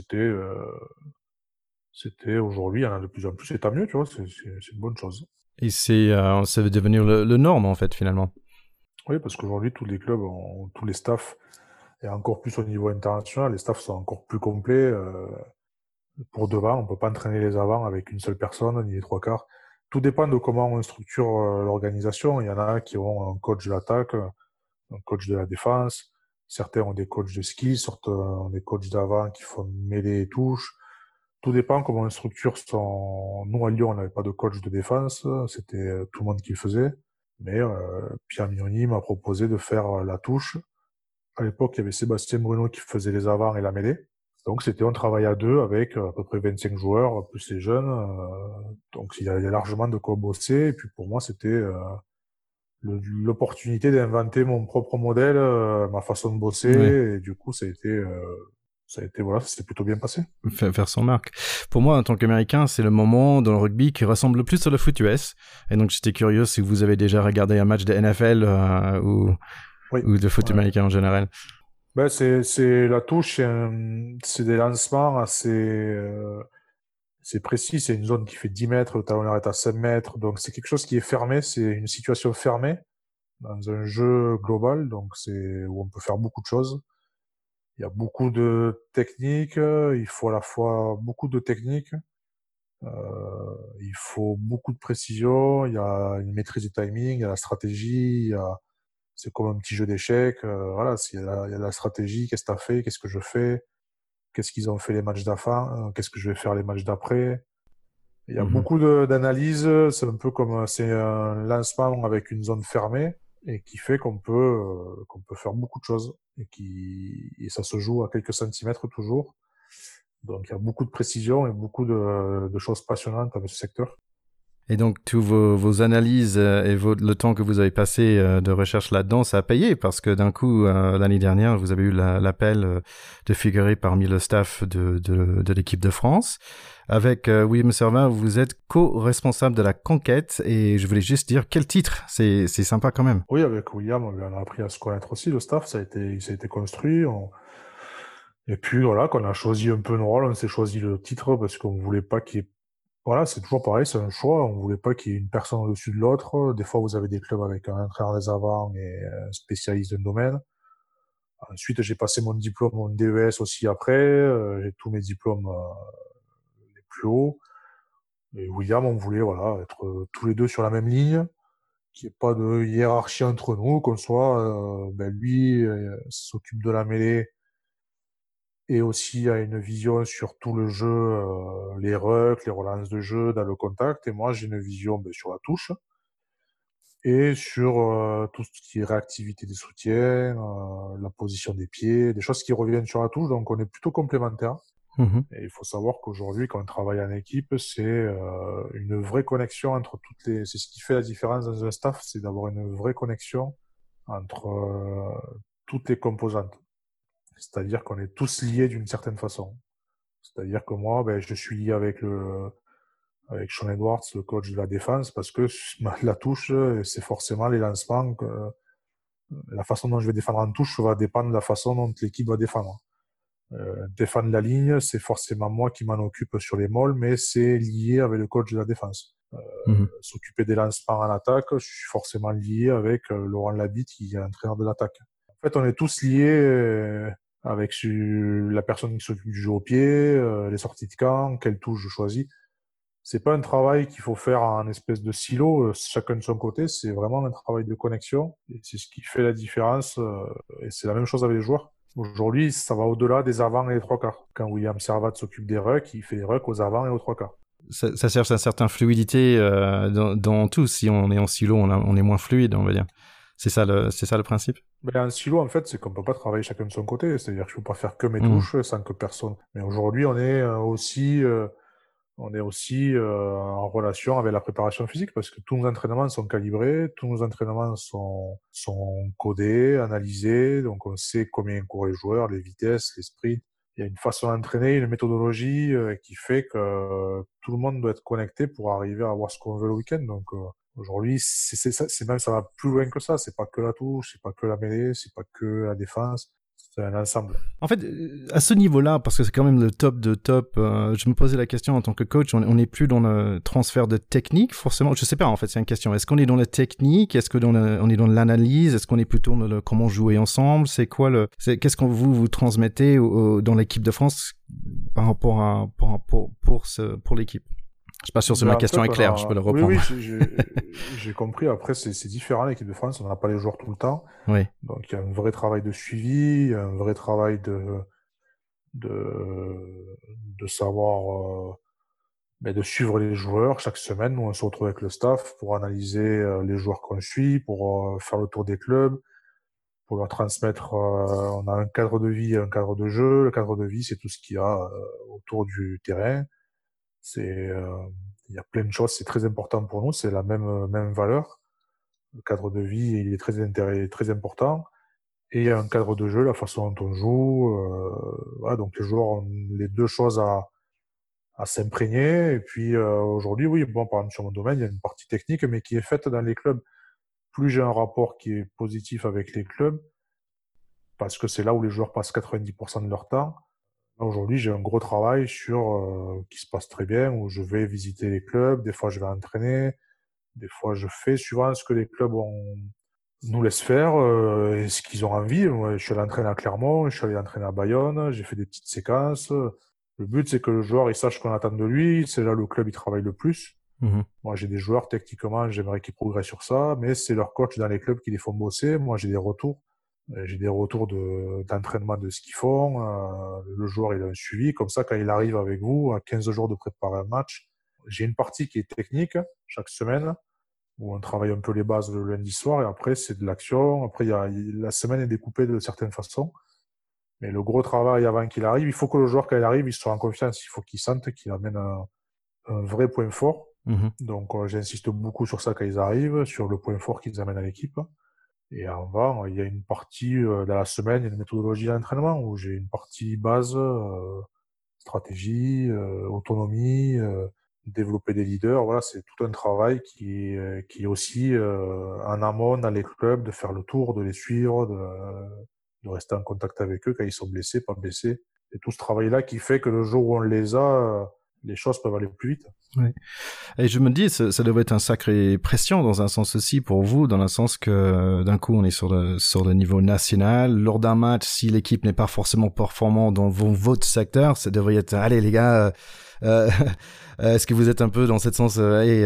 c'était aujourd'hui, il y en a de plus en plus, et tant mieux, tu vois, c'est une bonne chose. Et ça veut devenir le norme en fait finalement. Oui, parce qu'aujourd'hui, tous les clubs ont tous les staffs, et encore plus au niveau international, les staffs sont encore plus complets. pour devant. On peut pas entraîner les avants avec une seule personne, ni les trois quarts. Tout dépend de comment on structure l'organisation. Il y en a qui ont un coach de l'attaque, un coach de la défense. Certains ont des coachs de ski, certains ont des coachs d'avant qui font mêler et touche. Tout dépend comment on structure son... Nous, à Lyon, on n'avait pas de coach de défense. C'était tout le monde qui le faisait. Mais Pierre Mignoni m'a proposé de faire la touche. À l'époque, il y avait Sébastien Bruno qui faisait les avants et la mêlée. Donc, on travaillait à deux avec à peu près 25 joueurs, plus les jeunes. Donc, il y a largement de quoi bosser. Et puis, pour moi, c'était l'opportunité d'inventer mon propre modèle, ma façon de bosser. Ouais. Et du coup, voilà, ça s'est plutôt bien passé. Faire son marque. Pour moi, en tant qu'Américain, c'est le moment dans le rugby qui ressemble le plus au foot US. Et donc, j'étais curieux si vous avez déjà regardé un match de NFL Oui. ou de foot Ouais. américain en général. Ben, c'est la touche, c'est des lancements c'est précis, c'est une zone qui fait 10 mètres, le talonneur est à 5 mètres, donc c'est quelque chose qui est fermé, c'est une situation fermée dans un jeu global, donc c'est où on peut faire beaucoup de choses. Il y a beaucoup de techniques, il faut à la fois beaucoup de techniques, il faut beaucoup de précision, il y a une maîtrise du timing, il y a la stratégie, c'est comme un petit jeu d'échecs, voilà, il y a la stratégie, qu'est-ce que tu as fait, qu'est-ce que je fais, qu'est-ce qu'ils ont fait les matchs d'avant, qu'est-ce que je vais faire les matchs d'après. Il y a Mhm. beaucoup d'analyses, c'est un peu comme c'est un lancement avec une zone fermée et qui fait qu'on peut faire beaucoup de choses et ça se joue à quelques centimètres toujours. Donc il y a beaucoup de précision et beaucoup de choses passionnantes avec ce secteur. Et donc, tous vos analyses et le temps que vous avez passé de recherche là-dedans, ça a payé parce que d'un coup, l'année dernière, vous avez eu l'appel de figurer parmi le staff de l'équipe de France. Avec William Servin, vous êtes co-responsable de la conquête et je voulais juste dire quel titre. C'est sympa quand même. Oui, avec William, on a appris à se connaître aussi. Le staff, ça a été construit. Et puis voilà, qu'on a choisi un peu nos rôles, on s'est choisi le titre parce qu'on voulait pas qu'il y ait... Voilà, c'est toujours pareil, c'est un choix. On voulait pas qu'il y ait une personne au-dessus de l'autre. Des fois, vous avez des clubs avec un entraîneur des avants et un spécialiste d'un domaine. Ensuite, j'ai passé mon diplôme, mon DES aussi après. J'ai tous mes diplômes les plus hauts. Et William, on voulait voilà être tous les deux sur la même ligne, qu'il n'y ait pas de hiérarchie entre nous, qu'on soit, lui s'occupe de la mêlée et aussi a une vision sur tout le jeu, les rucks, les relances de jeu, dans le contact. Et moi, j'ai une vision sur la touche et sur tout ce qui est réactivité des soutiens, la position des pieds, des choses qui reviennent sur la touche. Donc, on est plutôt complémentaires. Mhm. Et il faut savoir qu'aujourd'hui, quand on travaille en équipe, c'est une vraie connexion entre toutes les... C'est ce qui fait la différence dans un staff, c'est d'avoir une vraie connexion entre toutes les composantes. C'est-à-dire qu'on est tous liés d'une certaine façon. C'est-à-dire que moi, je suis lié avec Sean Edwards, le coach de la défense, parce que la touche, c'est forcément les lancements. La façon dont je vais défendre en touche va dépendre de la façon dont l'équipe va défendre. Défendre la ligne, c'est forcément moi qui m'en occupe sur les molles, mais c'est lié avec le coach de la défense. Mhm. S'occuper des lancements en attaque, je suis forcément lié avec Laurent Labitte, qui est entraîneur de l'attaque. En fait, on est tous liés avec la personne qui s'occupe du jeu au pied, les sorties de camp, quelle touche je choisis. C'est pas un travail qu'il faut faire en espèce de silo, chacun de son côté, c'est vraiment un travail de connexion, et c'est ce qui fait la différence, et c'est la même chose avec les joueurs. Aujourd'hui, ça va au-delà des avants et des trois quarts. Quand William Servat s'occupe des rucks, il fait les rucks aux avants et aux trois quarts. Ça cherche une certaine fluidité dans tout. Si on est en silo, on est moins fluide, on va dire. C'est ça le principe. Mais un silo, en fait, c'est qu'on peut pas travailler chacun de son côté. C'est-à-dire que je peux pas faire que mes Mhm. touches sans que personne. Mais aujourd'hui, on est aussi en relation avec la préparation physique parce que tous nos entraînements sont calibrés, tous nos entraînements sont codés, analysés. Donc, on sait combien courent les joueurs, les vitesses, les sprints. Il y a une façon d'entraîner, une méthodologie qui fait que tout le monde doit être connecté pour arriver à avoir ce qu'on veut le week-end. Donc, aujourd'hui, c'est même ça va plus loin que ça. C'est pas que la touche, c'est pas que la mêlée, c'est pas que la défense. c'est un ensemble. En fait, à ce niveau-là, parce que c'est quand même le top de top, je me posais la question en tant que coach, on n'est plus dans le transfert de technique, forcément. Je sais pas, en fait, c'est une question. Est-ce qu'on est dans la technique? Est-ce que on est dans l'analyse? Est-ce qu'on est plutôt dans le comment jouer ensemble? C'est quoi qu'est-ce qu'on vous transmettez dans l'équipe de France par rapport à, pour l'équipe? Je suis pas sûr si ma En question est fait, claire, je peux le oui, reprendre. oui, j'ai compris. Après, c'est différent, l'équipe de France. On n'a pas les joueurs tout le temps. Oui. Donc, il y a un vrai travail de suivi, un vrai travail de savoir, de suivre les joueurs. Chaque semaine, nous, on se retrouve avec le staff pour analyser les joueurs qu'on suit, pour faire le tour des clubs, pour leur transmettre. On a un cadre de vie et un cadre de jeu. Le cadre de vie, c'est tout ce qu'il y a autour du terrain. Il y a plein de choses. C'est très important pour nous. C'est la même valeur. Le cadre de vie, il est très important. Et il y a un cadre de jeu, la façon dont on joue. Voilà, donc les joueurs ont les deux choses à s'imprégner. Et puis aujourd'hui, oui, bon, par exemple, sur mon domaine, il y a une partie technique, mais qui est faite dans les clubs. Plus j'ai un rapport qui est positif avec les clubs, parce que c'est là où les joueurs passent 90% de leur temps. Là, aujourd'hui, j'ai un gros travail qui se passe très bien, où je vais visiter les clubs, des fois je vais entraîner, des fois je fais suivant ce que les clubs nous laissent faire et ce qu'ils ont envie. Moi, je suis allé entraîner à Clermont, je suis allé entraîner à Bayonne, j'ai fait des petites séquences. Le but, c'est que le joueur il sache ce qu'on attend de lui. C'est là où le club il travaille le plus. Mhm. Moi, j'ai des joueurs, techniquement, j'aimerais qu'ils progressent sur ça, mais c'est leurs coachs dans les clubs qui les font bosser. Moi, j'ai des retours. J'ai des retours d'entraînement de ce qu'ils font. Le joueur, il a un suivi. Comme ça, quand il arrive avec vous, à 15 jours de préparer un match, j'ai une partie qui est technique chaque semaine, où on travaille un peu les bases le lundi soir, et après, c'est de l'action. Après, la semaine est découpée de certaines façons. Mais le gros travail avant qu'il arrive, il faut que le joueur, quand il arrive, il soit en confiance. Il faut qu'il sente qu'il amène un vrai point fort. Mhm. Donc, j'insiste beaucoup sur ça quand ils arrivent, sur le point fort qu'ils amènent à l'équipe. Et avant, il y a une partie dans la semaine, il y a une méthodologie d'entraînement où j'ai une partie base, stratégie, autonomie, développer des leaders. Voilà, c'est tout un travail qui est aussi en amont dans les clubs, de faire le tour, de les suivre, de rester en contact avec eux quand ils sont blessés, pas blessés. Et tout ce travail-là qui fait que le jour où on les a, les choses peuvent aller plus vite. Ouais. Et je me dis, ça devrait être un sacré pression dans un sens aussi pour vous, dans le sens que d'un coup on est sur le niveau national. Lors d'un match, si l'équipe n'est pas forcément performante dans votre secteur, ça devrait être, allez les gars, est-ce que vous êtes un peu dans cette sens, hey,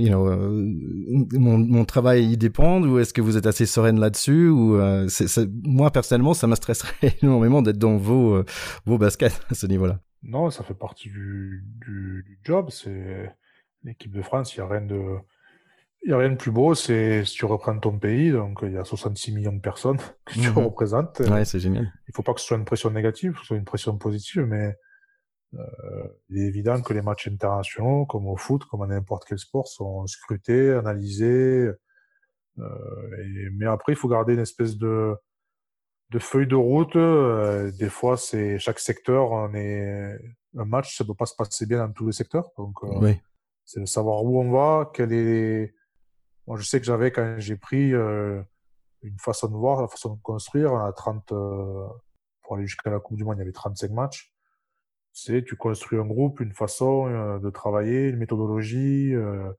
mon travail y dépend, ou est-ce que vous êtes assez sereine là-dessus, ou moi personnellement, ça me stresserait énormément d'être dans vos baskets à ce niveau-là. Non, ça fait partie du job. C'est l'équipe de France, il y a rien de plus beau. C'est si tu reprends ton pays, donc il y a 66 millions de personnes que tu Mhm. représentes. Ouais, c'est génial. Il faut pas que ce soit une pression négative, que ce soit une pression positive, mais il est évident que les matchs internationaux, comme au foot, comme à n'importe quel sport, sont scrutés, analysés. Mais après, il faut garder une espèce de feuille de route. Des fois, c'est chaque secteur, un match, ça peut pas se passer bien dans tous les secteurs. Donc, Oui. c'est de savoir où on va, Moi, je sais que j'avais, quand j'ai pris une façon de voir, la façon de construire, à 30, pour aller jusqu'à la Coupe du Monde, il y avait 35 matchs. Tu construis un groupe, une façon de travailler, une méthodologie,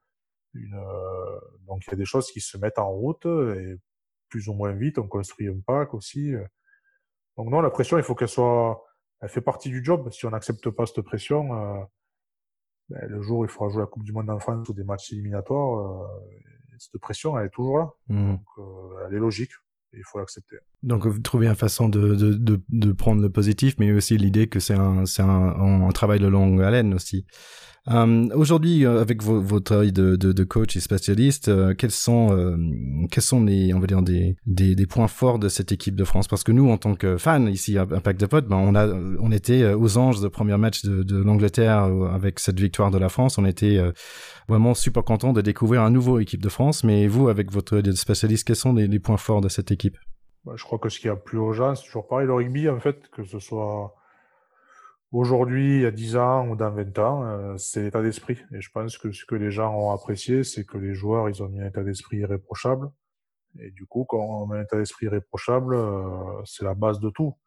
donc il y a des choses qui se mettent en route et plus ou moins vite. On construit un pack aussi. Donc non, la pression, il faut elle fait partie du job. Si on n'accepte pas cette pression, le jour où il faudra jouer la Coupe du Monde en France ou des matchs éliminatoires, cette pression, elle est toujours là. Mhm. Donc elle est logique. Et il faut l'accepter. Donc, vous trouvez une façon de prendre le positif, mais aussi l'idée que c'est un travail de longue haleine aussi. Aujourd'hui, avec votre travail de coach et spécialiste, quels sont les, on va dire, des points forts de cette équipe de France? Parce que nous, en tant que fans, ici à Impact de Potes, on était aux anges de premier match de l'Angleterre avec cette victoire de la France. On était vraiment super contents de découvrir un nouveau équipe de France. Mais vous, avec votre spécialiste, quels sont les points forts de cette équipe? Je crois que ce qu'il y a plus urgent, c'est toujours pareil, le rugby, en fait, que ce soit aujourd'hui, il y a 10 ans ou dans 20 ans, c'est l'état d'esprit. Et je pense que ce que les gens ont apprécié, c'est que les joueurs, ils ont mis un état d'esprit irréprochable. Et du coup, quand on met un état d'esprit irréprochable, c'est la base de tout.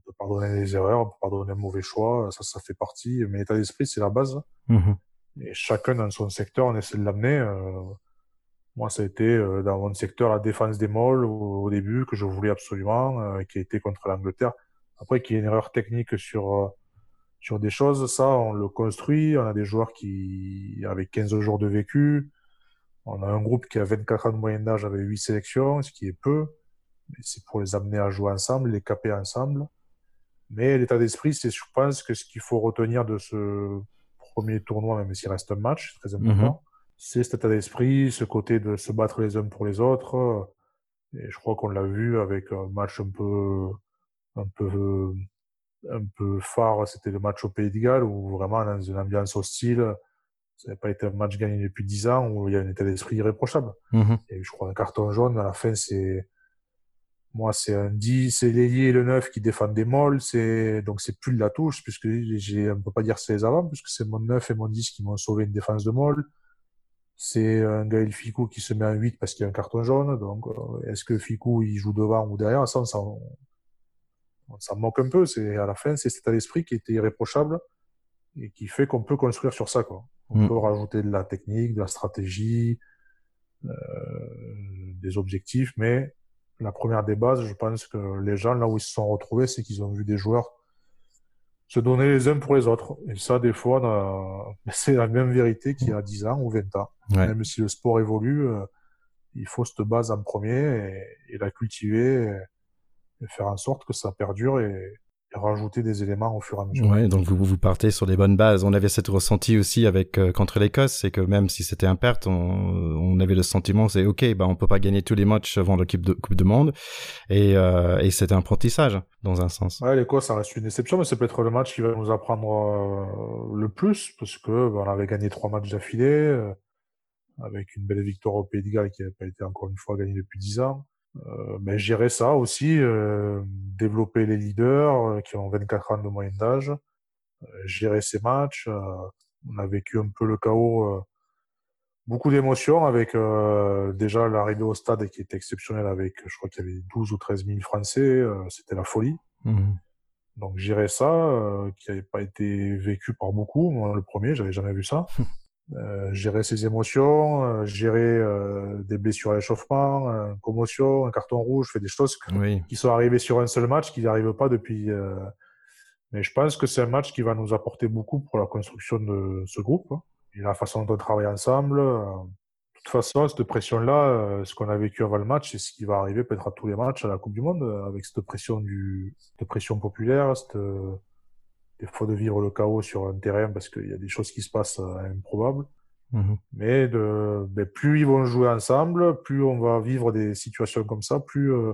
peut pardonner des erreurs, on peut pardonner un mauvais choix, ça fait partie. Mais l'état d'esprit, c'est la base. Mhm. Et chacun dans son secteur, on essaie de l'amener. Moi, ça a été dans mon secteur la défense des molles au début, que je voulais absolument, qui a été contre l'Angleterre. Après, qu'il y ait une erreur technique sur des choses, ça, on le construit. On a des joueurs qui, avec 15 jours de vécu, on a un groupe qui a 24 ans de moyenne d'âge avec 8 sélections, ce qui est peu. Mais c'est pour les amener à jouer ensemble, les caper ensemble. Mais l'état d'esprit, je pense que ce qu'il faut retenir de ce premier tournoi, même s'il reste un match, c'est très Mhm. important, c'est cet état d'esprit, ce côté de se battre les uns pour les autres. Et je crois qu'on l'a vu avec un match un peu, un peu phare, c'était le match au Pays de Galles, où vraiment dans une ambiance hostile, ça n'avait pas été un match gagné depuis 10 ans, où il y a un état d'esprit irréprochable. Mhm. Et je crois un carton jaune, à la fin, c'est un 10, c'est l'ailier et le 9 qui défendent des molles, donc c'est plus de la touche, puisque on peut pas dire c'est les avants, puisque c'est mon 9 et mon 10 qui m'ont sauvé une défense de molle. C'est un Gaël Ficou qui se met en 8 parce qu'il y a un carton jaune, donc, est-ce que Ficou, il joue devant ou derrière? Ça, on s'en moque un peu, à la fin, c'est cet état d'esprit qui était irréprochable et qui fait qu'on peut construire sur ça, quoi. On peut Mhm. rajouter de la technique, de la stratégie, des objectifs, mais la première des bases, je pense que les gens, là où ils se sont retrouvés, c'est qu'ils ont vu des joueurs se donner les uns pour les autres. Et ça, des fois, c'est la même vérité qu'il y a 10 ans ou 20 ans. Ouais. Même si le sport évolue, il faut cette base en premier et la cultiver et faire en sorte que ça perdure et rajouter des éléments au fur et à mesure. Ouais, donc vous partez sur des bonnes bases. On avait cette ressenti aussi avec contre l'Écosse, c'est que même si c'était un perte, on avait le sentiment, c'est ok, bah on peut pas gagner tous les matchs avant la Coupe de Monde, et c'était un apprentissage dans un sens. Ouais, l'Écosse, ça reste une déception, mais c'est peut-être le match qui va nous apprendre le plus, parce que on avait gagné 3 matchs d'affilée, avec une belle victoire au Pays de Galles qui n'avait pas été encore une fois gagnée depuis 10 ans. Mais gérer ça aussi, développer les leaders qui ont 24 ans de moyenne d'âge, gérer ces matchs. On a vécu un peu le chaos, beaucoup d'émotions avec déjà l'arrivée au stade qui était exceptionnelle avec, je crois qu'il y avait 12 ou 13 000 Français, c'était la folie. Mhm. Donc gérer ça, qui n'avait pas été vécu par beaucoup, moi le premier, j'avais jamais vu ça. Gérer ses émotions, gérer des blessures à l'échauffement, une commotion, un carton rouge, fait des choses Oui. qui sont arrivées sur un seul match, qui n'arrivent pas depuis. Mais je pense que c'est un match qui va nous apporter beaucoup pour la construction de ce groupe, hein, et la façon dont on travaille ensemble. De toute façon, cette pression-là, ce qu'on a vécu avant le match, c'est ce qui va arriver peut-être à tous les matchs à la Coupe du Monde, avec cette pression populaire, des fois de vivre le chaos sur un terrain parce qu'il y a des choses qui se passent improbables. Mhm. Mais plus ils vont jouer ensemble, plus on va vivre des situations comme ça,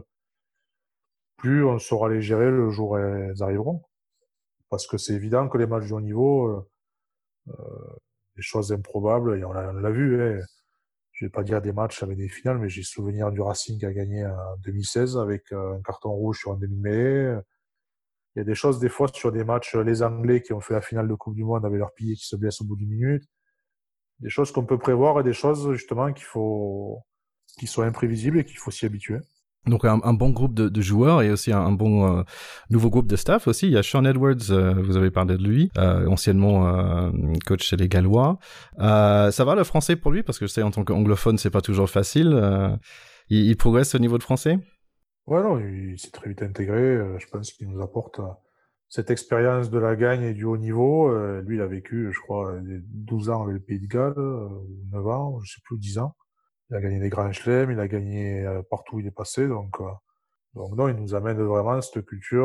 plus on saura les gérer le jour où elles arriveront. Parce que c'est évident que les matchs de haut niveau, des choses improbables, et on l'a vu, hein. Je vais pas dire des matchs avec des finales, mais j'ai souvenir du Racing qui a gagné en 2016 avec un carton rouge sur un demi-mêlée. Il y a des choses des fois sur des matchs, les Anglais qui ont fait la finale de Coupe du Monde avec leur pilier qui se blesse au bout d'une minute. Des choses qu'on peut prévoir et des choses justement qui sont imprévisibles et qu'il faut s'y habituer. Donc un bon groupe de joueurs et aussi un bon nouveau groupe de staff aussi. Il y a Sean Edwards, vous avez parlé de lui, anciennement coach chez les Gallois. Ça va le français pour lui parce que je sais en tant qu'anglophone c'est pas toujours facile. Il progresse au niveau de français. Ouais, non, il s'est très vite intégré. Je pense qu'il nous apporte cette expérience de la gagne et du haut niveau. Lui, il a vécu, je crois, 12 ans avec le Pays de Galles, ou 9 ans, je sais plus, 10 ans. Il a gagné des grands chelems, il a gagné partout où il est passé. Donc non, il nous amène vraiment cette culture.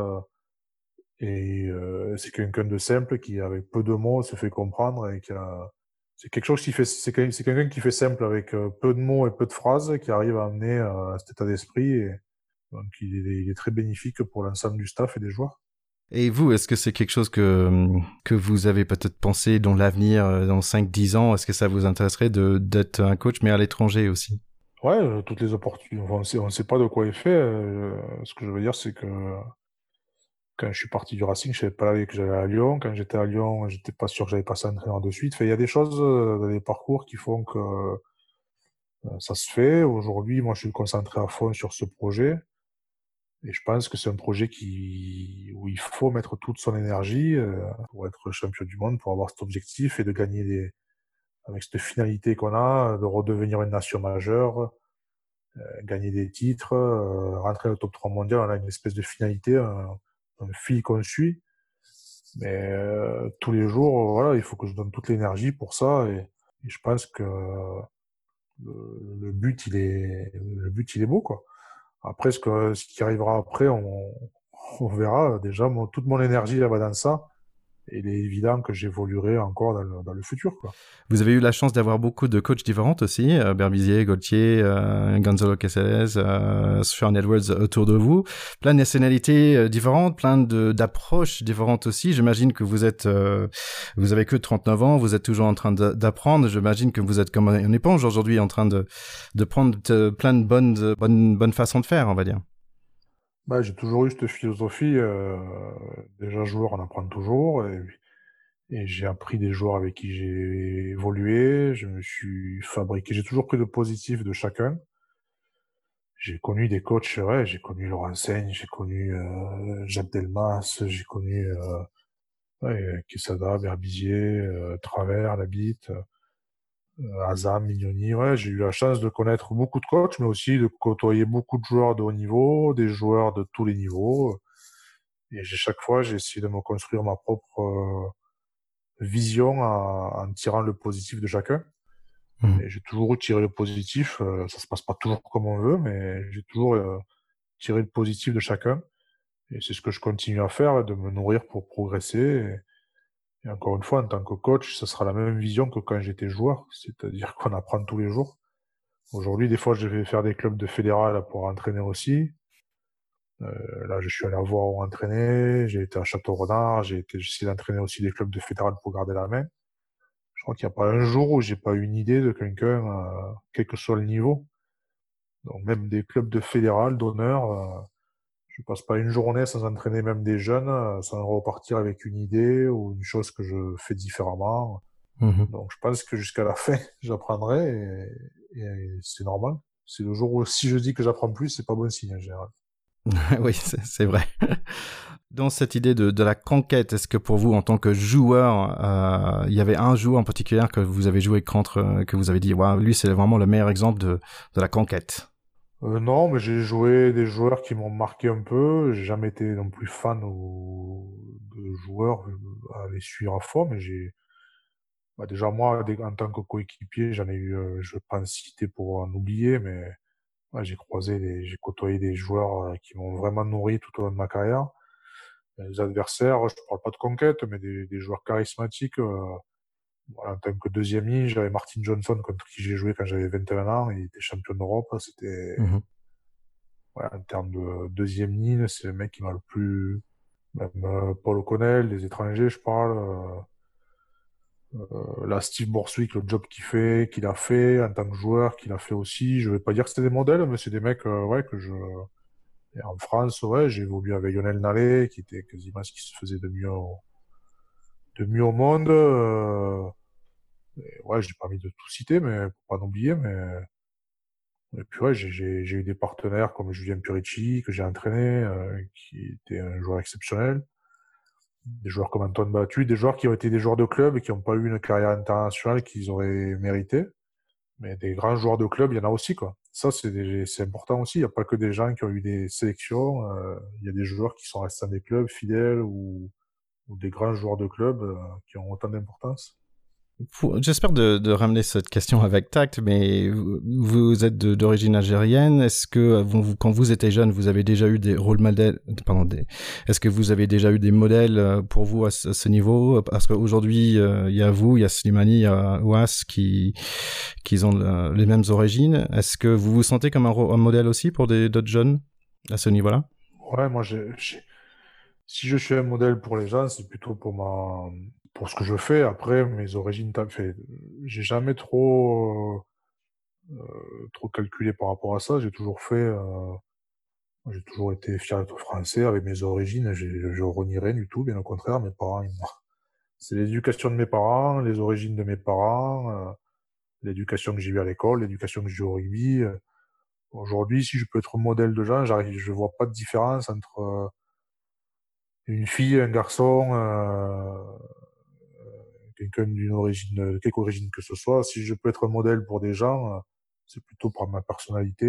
Et c'est quelqu'un de simple qui, avec peu de mots, se fait comprendre et c'est quelque chose qui fait, c'est quelqu'un qui fait simple avec peu de mots et peu de phrases, qui arrive à amener cet état d'esprit. Et donc, il est très bénéfique pour l'ensemble du staff et des joueurs. Et vous, est-ce que c'est quelque chose que vous avez peut-être pensé dans l'avenir, dans 5-10 ans? Est-ce que ça vous intéresserait d'être un coach, mais à l'étranger aussi? Ouais, toutes les opportunités. Enfin, on sait pas de quoi il fait. Ce que je veux dire, c'est que quand je suis parti du Racing, je savais pas que j'allais à Lyon. Quand j'étais à Lyon, j'étais pas sûr que j'allais passer entraîneur de suite. Enfin, il y a des choses, des parcours qui font que ça se fait. Aujourd'hui, moi, je suis concentré à fond sur ce projet. Et je pense que c'est un projet où il faut mettre toute son énergie pour être champion du monde, pour avoir cet objectif et de gagner avec cette finalité qu'on a, de redevenir une nation majeure, gagner des titres, rentrer au top 3 mondial. On a une espèce de finalité, un fil qu'on suit. Mais tous les jours, voilà, il faut que je donne toute l'énergie pour ça. Et je pense que le but, il est beau, quoi. Après, ce qui arrivera après, on verra. Déjà, toute mon énergie, elle va dans ça. Et il est évident que j'évoluerai encore dans le futur, quoi. Vous avez eu la chance d'avoir beaucoup de coachs différents aussi, Berbizier, Gaultier, Gonzalo Caceres, Sean Edwards autour de vous. Plein de nationalités différentes, plein d'approches différentes aussi. J'imagine que vous avez que 39 ans, vous êtes toujours en train d'apprendre. J'imagine que vous êtes comme une éponge aujourd'hui en train de prendre plein de bonnes façons de faire, on va dire. Bah, j'ai toujours eu cette philosophie. Déjà, joueur, on apprend toujours. Et j'ai appris des joueurs avec qui j'ai évolué. Je me suis fabriqué. J'ai toujours pris le positif de chacun. J'ai connu des coachs, ouais, j'ai connu Laurent Seigne, j'ai connu Jacques Delmas, j'ai connu ouais, Quesada, Berbizier, Travers, Labitte, Azam, Mignoni. Ouais, j'ai eu la chance de connaître beaucoup de coachs, mais aussi de côtoyer beaucoup de joueurs de haut niveau, des joueurs de tous les niveaux. Et chaque fois, j'ai essayé de me construire ma propre vision en tirant le positif de chacun. Mhm. Et j'ai toujours tiré le positif. Ça se passe pas toujours comme on veut, mais j'ai toujours tiré le positif de chacun. Et c'est ce que je continue à faire, de me nourrir pour progresser. Et encore une fois, en tant que coach, ça sera la même vision que quand j'étais joueur, c'est-à-dire qu'on apprend tous les jours. Aujourd'hui, des fois, je vais faire des clubs de fédéral pour entraîner aussi. Là, je suis allé à Voiron entraîner, j'ai été à Château-Renard, j'ai essayé d'entraîner aussi des clubs de fédéral pour garder la main. Je crois qu'il n'y a pas un jour où j'ai pas eu une idée de quelqu'un, quel que soit le niveau. Donc même des clubs de fédéral, d'honneur, je passe pas une journée sans entraîner même des jeunes, sans repartir avec une idée ou une chose que je fais différemment. Mhm. Donc je pense que jusqu'à la fin, j'apprendrai et c'est normal. C'est le jour où si je dis que j'apprends plus, c'est pas bon signe en général. Oui, c'est vrai. Dans cette idée de la conquête, est-ce que pour vous, en tant que joueur, il y avait un joueur en particulier que vous avez joué contre, que vous avez dit, waouh, lui, c'est vraiment le meilleur exemple de la conquête? Non, mais j'ai joué des joueurs qui m'ont marqué un peu. J'ai jamais été non plus fan de joueurs à les suivre à fond, mais bah, déjà moi, en tant que coéquipier, j'en ai eu, je vais pas en citer pour en oublier, mais ouais, j'ai côtoyé des joueurs qui m'ont vraiment nourri tout au long de ma carrière. Les adversaires, je parle pas de conquête, mais des joueurs charismatiques. Voilà, en tant que deuxième ligne, j'avais Martin Johnson contre qui j'ai joué quand j'avais 21 ans. Il était champion d'Europe. C'était, Mhm. ouais, en termes de deuxième ligne, c'est le mec qui m'a le plus, même Paul O'Connell, les étrangers, je parle. Là, Steve Borswick, le job qu'il a fait en tant que joueur, qu'il a fait aussi. Je vais pas dire que c'était des modèles, mais c'est des mecs, ouais, et en France, ouais, j'ai évolué avec Lionel Nallet, qui était quasiment ce qui se faisait de mieux au monde. Et ouais, j'ai pas envie de tout citer, mais pour pas en oublier, mais et puis ouais, j'ai eu des partenaires comme Julien Purici, que j'ai entraîné, qui était un joueur exceptionnel. Des joueurs comme Antoine Battu, des joueurs qui ont été des joueurs de club et qui n'ont pas eu une carrière internationale qu'ils auraient mérité. Mais des grands joueurs de club, il y en a aussi, quoi. Ça, c'est important aussi. Il n'y a pas que des gens qui ont eu des sélections. Il y a des joueurs qui sont restés dans des clubs fidèles ou des grands joueurs de club qui ont autant d'importance. J'espère de ramener cette question avec tact, mais vous êtes d'origine algérienne. Est-ce que quand vous étiez jeune, vous avez déjà eu des rôles modèles, pardon, est-ce que vous avez déjà eu des modèles pour vous à ce niveau? Parce qu'aujourd'hui, il y a vous, il y a Slimani, il y a Ouas qui ont les mêmes origines. Est-ce que vous vous sentez comme un modèle aussi pour d'autres jeunes à ce niveau-là? Ouais, moi, si je suis un modèle pour les gens, c'est plutôt pour ce que je fais. Après, mes origines, j'ai jamais trop calculé par rapport à ça. J'ai toujours été fier d'être français avec mes origines. Je renie rien du tout, bien au contraire. Mes parents, c'est l'éducation de mes parents, les origines de mes parents, l'éducation que j'ai eue à l'école, l'éducation que j'ai eue au rugby. Aujourd'hui, si je peux être modèle de gens, je vois pas de différence entre une fille, un garçon, quelqu'un quelque origine que ce soit. Si je peux être un modèle pour des gens, c'est plutôt par ma personnalité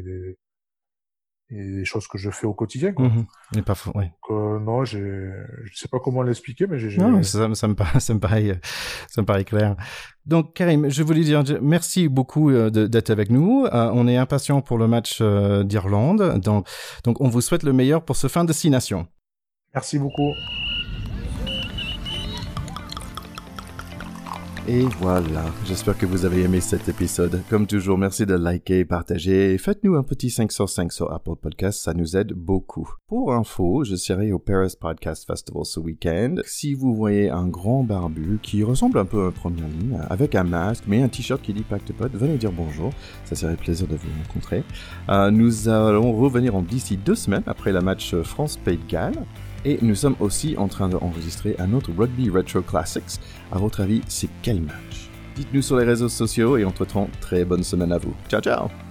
et les choses que je fais au quotidien, quoi. Et pas faux, oui. Non, je sais pas comment l'expliquer, mais Non, ça me paraît clair. Donc, Karim, je voulais dire merci beaucoup d'être avec nous. On est impatients pour le match d'Irlande. Donc, on vous souhaite le meilleur pour ce fin de 6 nations. Merci beaucoup. Et voilà, j'espère que vous avez aimé cet épisode. Comme toujours, merci de liker, partager et faites-nous un petit 5 sur 5 sur Apple Podcasts, ça nous aide beaucoup. Pour info, je serai au Paris Podcast Festival ce week-end. Si vous voyez un grand barbu qui ressemble un peu à un première ligne, avec un masque mais un t-shirt qui dit Pacte Pod, venez dire bonjour, ça serait plaisir de vous rencontrer. Nous allons revenir en d'ici 2 semaines après la match France-Pays de Galles. Et nous sommes aussi en train d'enregistrer un autre Rugby Retro Classics. À votre avis, c'est quel match? Dites-nous sur les réseaux sociaux et entre-temps, très bonne semaine à vous. Ciao, ciao!